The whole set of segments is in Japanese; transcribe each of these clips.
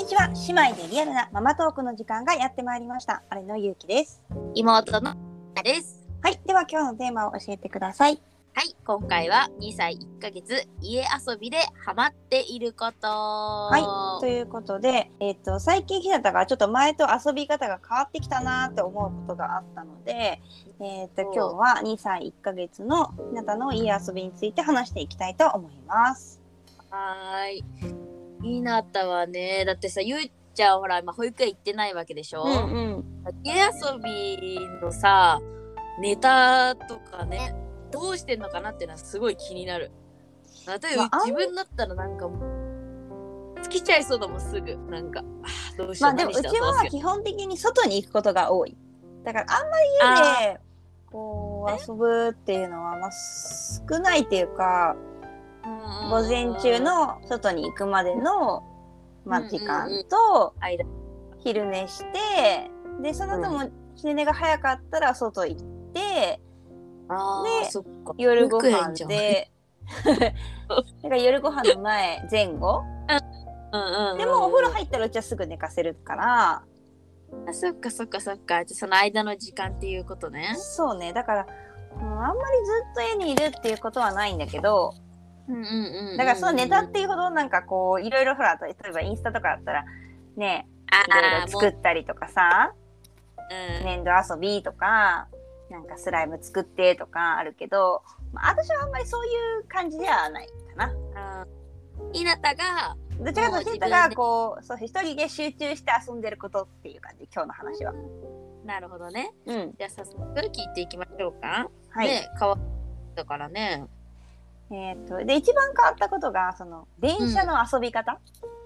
ちは。姉妹でリアルなママトークの時間がやってまいりました。姉のゆうきです。 妹のです。 はい、では今日のテーマを教えてください。 はい、今回は2歳1ヶ月家遊びでハマっていること。 はい、ということで、最近ひなたがちょっと前と遊び方が変わってきたなって思うことがあったので、今日は2歳1ヶ月のひなたの家遊びについて話していきたいと思います。 はい。ひなたはね、だってさ、ゆうちゃんほら今保育園行ってないわけでしょ。家遊びのさ、ネタとかね、どうしてんのかなっていうのはすごい気になる。例えば、自分だったらなんかもう尽きちゃいそうだもん、すぐなんかどうしよう。 でもうちは基本的に外に行くことが多い。だからあんまり家でこう遊ぶっていうのは少ないっていうか、午前中の外に行くまでの、時間と昼寝して、でその後も昼寝が早かったら外行って、で夜ご飯でだから夜ご飯の前後でもお風呂入ったらうちはすぐ寝かせるから。 そっかその間の時間っていうことね。 そうね。だから、あんまりずっと家にいるっていうことはないんだけど、だからそのネタっていうほどなんかこういろいろほら、例えばインスタとかだったらね、いろいろ作ったりとかさ、粘土遊びとかなんかスライム作ってとかあるけど、私はあんまりそういう感じではないかな。 ひなたがどちらかというとひなたがこう、そう一人で集中して遊んでることっていう感じ、今日の話は。 なるほどね。じゃあ早速聞いていきましょうか。 はい。 ね、変わったからね。 で一番変わったことがその電車の遊び方。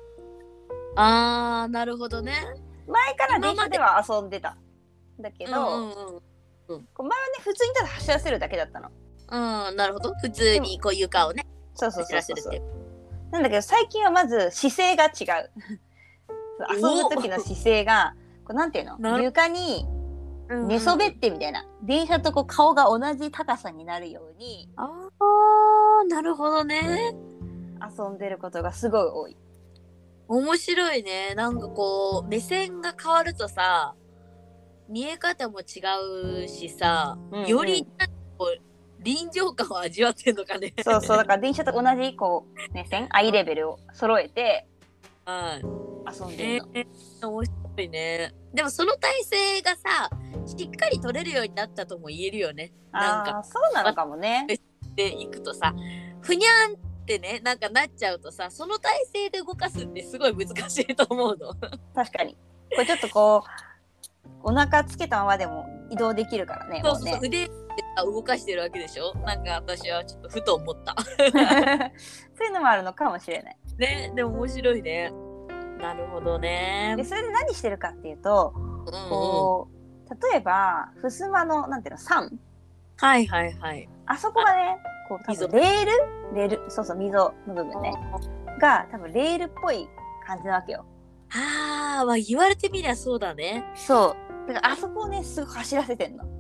なるほどね。 前から電車では遊んでただけど、前はね普通にただ走らせるだけだったの。 なるほど。普通にこう床をね走らせるって。なんだけど最近はまず姿勢が違う。遊ぶ時の姿勢がこうなんていうの、床に寝そべってみたいな、電車とこう顔が同じ高さになるように。 なるほどね。 遊んでることがすごい多い。 面白いね。なんかこう目線が変わるとさ、見え方も違うしさ、よりこう臨場感を味わってんのかね。 そうだから電車と同じこう目線、アイレベルを揃えて遊んでるの。 面白いね。でもその体勢がさ、しっかり取れるようになったとも言えるよね。なんかそうなのかもね。 で行くとさ、ふにゃんってね、なんかなっちゃうとさ、その体勢で動かすってすごい難しいと思うの。 確かに。これちょっとこうお腹つけたままでも移動できるからね。 そう、腕で動かしてるわけでしょ。なんか私はちょっとふと思った。 そういうのもあるのかもしれない。 ね、でも面白いね。なるほどね。 でそれで何してるかっていうと、こう例えば襖のなんていうの、桟。あそこがね、こう多分レール、そう溝の部分ねが多分レールっぽい感じなわけよ。 言われてみりゃそうだね。 そうだからあそこをねすぐ走らせてんの。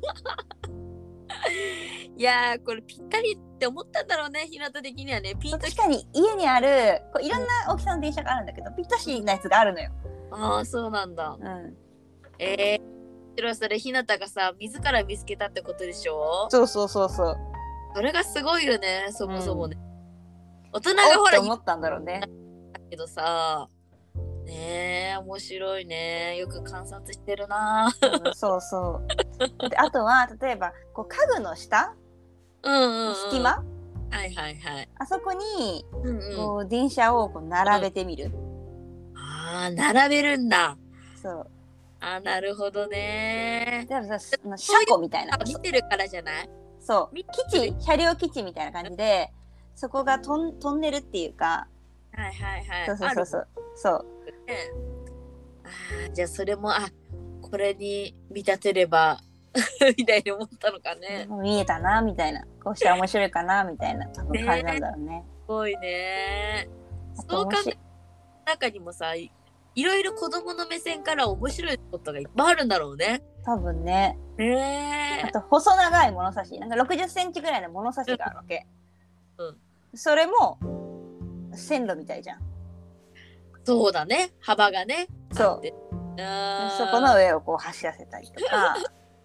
いやこれぴったりって思ったんだろうね、ひなた的にはね。 確かに家にあるこういろんな大きさの電車があるんだけど、ぴったしなやつがあるのよ。 そうなんだ。それひなたがさ自ら見つけたってことでしょ。 そう。 それがすごいよね、そもそもね。大人がほら思ったんだろうね。 だけどさ、面白いね。よく観察してるな。 そうであとは例えばこう家具の下、隙間、あそこに、こう電車をこう並べてみる。 並べるんだ。 そう。 なるほどね。 だからさ、車庫みたいな。 見てるからじゃない？ そう。車両基地みたいな感じで、そこがトンネルっていうか。そう。 じゃあそれもこれに見立てればみたいに思ったのかね。 見えたなみたいな、こうしたら面白いかなみたいな感じなんだろうね。 すごいね。そう考えた中にもさ、いろいろ子供の目線から面白いことがいっぱいあるんだろうね。 多分ね。あと細長い物差し、なんか60センチぐらいの物差しがあるわけ。それも線路みたいじゃん。 そうだね、幅がね。 そう。そこの上をこう走らせたりとか。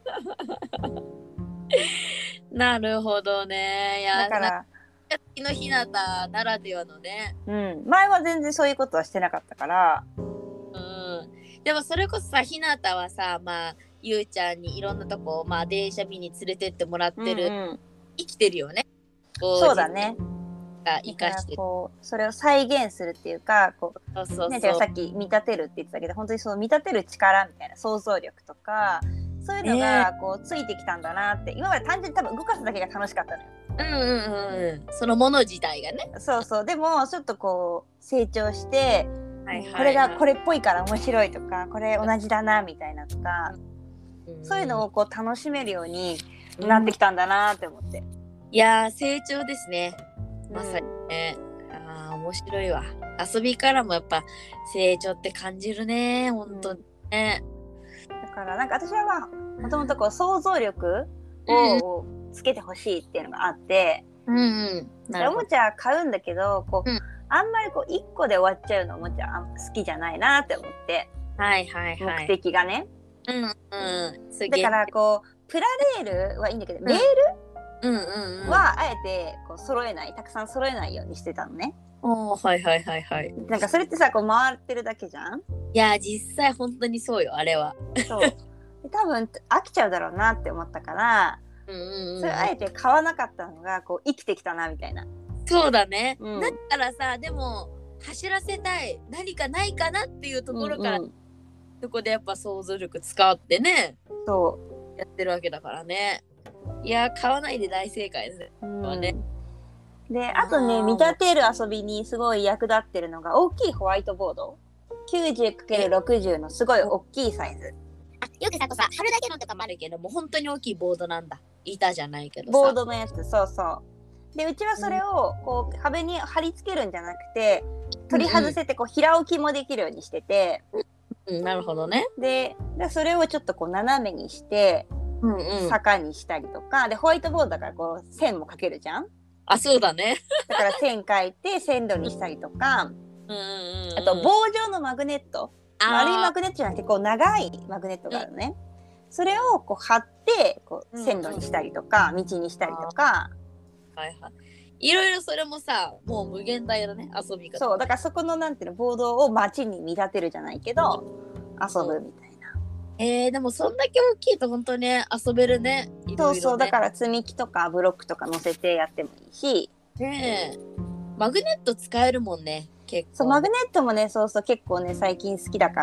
なるほどね。いや、 だから月のひなたならではのね。 前は全然そういうことはしてなかったから。 でもそれこそさ、ひなたはさ、まあゆうちゃんにいろんなとこ、まあ電車見に連れてってもらってる、生きてるよね。 そうだね。 生かしてこうそれを再現するっていうか、こうね、さっき見立てるって言ってたけど、本当にその見立てる力みたいな想像力とか、そういうのがこうついてきたんだなって。今まで単純に多分動かすだけが楽しかったのよ。 そのもの自体がね。 そうそう。でもちょっとこう成長して、これがこれっぽいから面白いとか、これ同じだなみたいなとか、そういうのをこう楽しめるようになってきたんだなって思って。 いやー、成長ですね。まさにね。面白いわ。遊びからもやっぱ成長って感じるね、ほんとね。 だからなんか私はまあもともとこう想像力をつけてほしいっていうのがあって、おもちゃ買うんだけど、こう、あんまりこう1個で終わっちゃうのおもちゃ好きじゃないなって思って、目的がね。だからこうプラレールはいいんだけど、レールはあえてこうたくさん揃えないようにしてたのね。なんかそれってさ、こう回ってるだけじゃん。 いや実際本当にそうよ、あれは。 そう多分飽きちゃうだろうなって思ったから、それあえて買わなかったのがこう生きてきたなみたいな。 そうだね、だからさ、でも走らせたい何かないかなっていうところから、そこでやっぱ想像力使ってね、やってるわけだからね。いや買わないで大正解ですね。 で、あとね、見立てる遊びにすごい役立ってるのが大きいホワイトボード。90×60 のすごい大きいサイズ。 よくさ、貼るだけのとかもあるけど、もう本当に大きいボードなんだ。板じゃないけどさ。 ボードのやつ、そうそう。で、うちはそれをこう壁に貼り付けるんじゃなくて、取り外せてこう平置きもできるようにしてて。 なるほどね。 で、それをちょっとこう斜めにして、坂にしたりとか、で、ホワイトボードだからこう線も描けるじゃん。 そうだね。 だから線描いて線路にしたりとか、あと棒状のマグネット、丸いマグネットじゃなくてこう長いマグネットがあるのね。それをこう貼ってこう線路にしたりとか、道にしたりとか、 いろいろそれもさ、もう無限大だね、遊び方。 そうだからそこのなんていうの、ボードを街に見立てるじゃないけど遊ぶみたいな。 でもそんだけ大きいと本当に遊べるね。 そうだから積み木とかブロックとか乗せてやってもいいし、 マグネット使えるもんね、結構。 そう、マグネットもね、そう結構ね最近好きだから。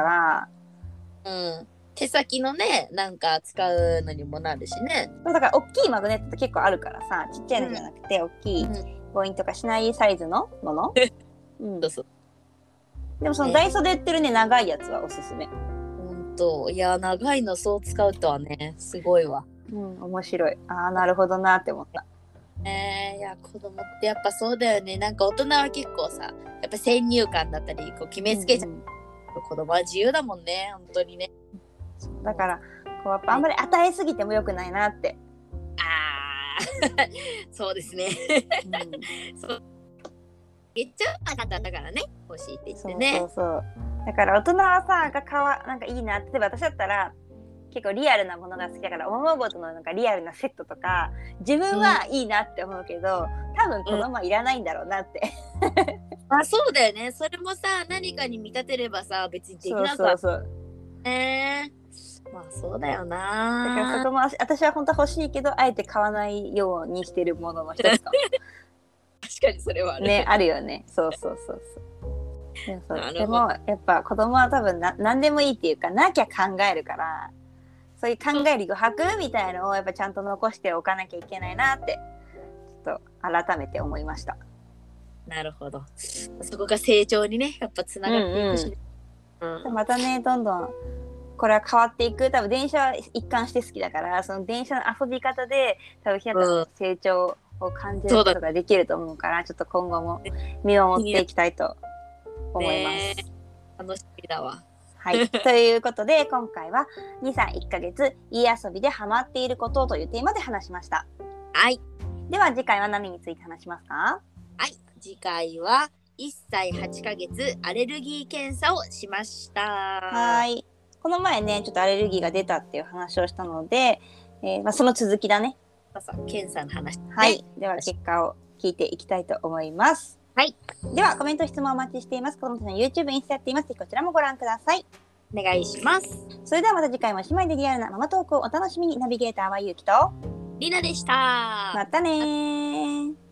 手先のね、なんか使うのにもなるしね。 そうだから大きいマグネットって結構あるからさ、ちっちゃいのじゃなくて大きいボインとかしないサイズのもの。でもそのダイソーで売ってるね、長いやつはおすすめ。 いや長いのそう使うとはね、すごいわ。 面白い。なるほどなって思った。 いや子供ってやっぱそうだよね。なんか大人は結構さ、やっぱ先入観だったりこう決めつけちゃう、子供は自由だもんね、本当にね。 だからこうやっぱあんまり与えすぎてもよくないなって。 そうですね。そう言っちゃうなかったんだからね、欲しいって言ってね。 そうだから大人はさなんかいいな。例えば私だったら結構リアルなものが好きだから、おままごとのなんかリアルなセットとか自分はいいなって思うけど、多分子供はいらないんだろうなって。 そうだよね。それもさ、何かに見立てればさ、別にできなかった。まあそうだよな。 だからそこも私は本当は欲しいけど、あえて買わないようにしてるものの一つかも。 確かにそれはあるね、あるよね。そうでもやっぱ子供は多分何でもいいっていうか、なきゃ考えるから、そういう考える余白みたいのをやっぱちゃんと残しておかなきゃいけないなってちょっと改めて思いました。 なるほど。そこが成長にね、やっぱつながっていくし、 またね、どんどんこれは変わっていく。多分電車は一貫して好きだから、その電車の遊び方で多分ひなたの成長を感じることができると思うから、ちょっと今後も見守っていきたいと思います。 楽しみだわ。 はい、ということで今回は2歳1ヶ月家遊びでハマっていることというテーマで話しました。 はい。 では次回は何について話しますか？ はい、次回は 1歳8ヶ月アレルギー検査をしました。 はい。この前ね、ちょっとアレルギーが出たっていう話をしたので、その続きだね。 検査の話、ね。 はい。では結果を聞いていきたいと思います。 はい。 ではコメント質問お待ちしています。子供たちの YouTube、インスタやっています。ぜひこちらもご覧ください。 お願いします。 それではまた次回も姉妹でリアルなママトークをお楽しみに。ナビゲーターはゆうきとりなでした。 またねー。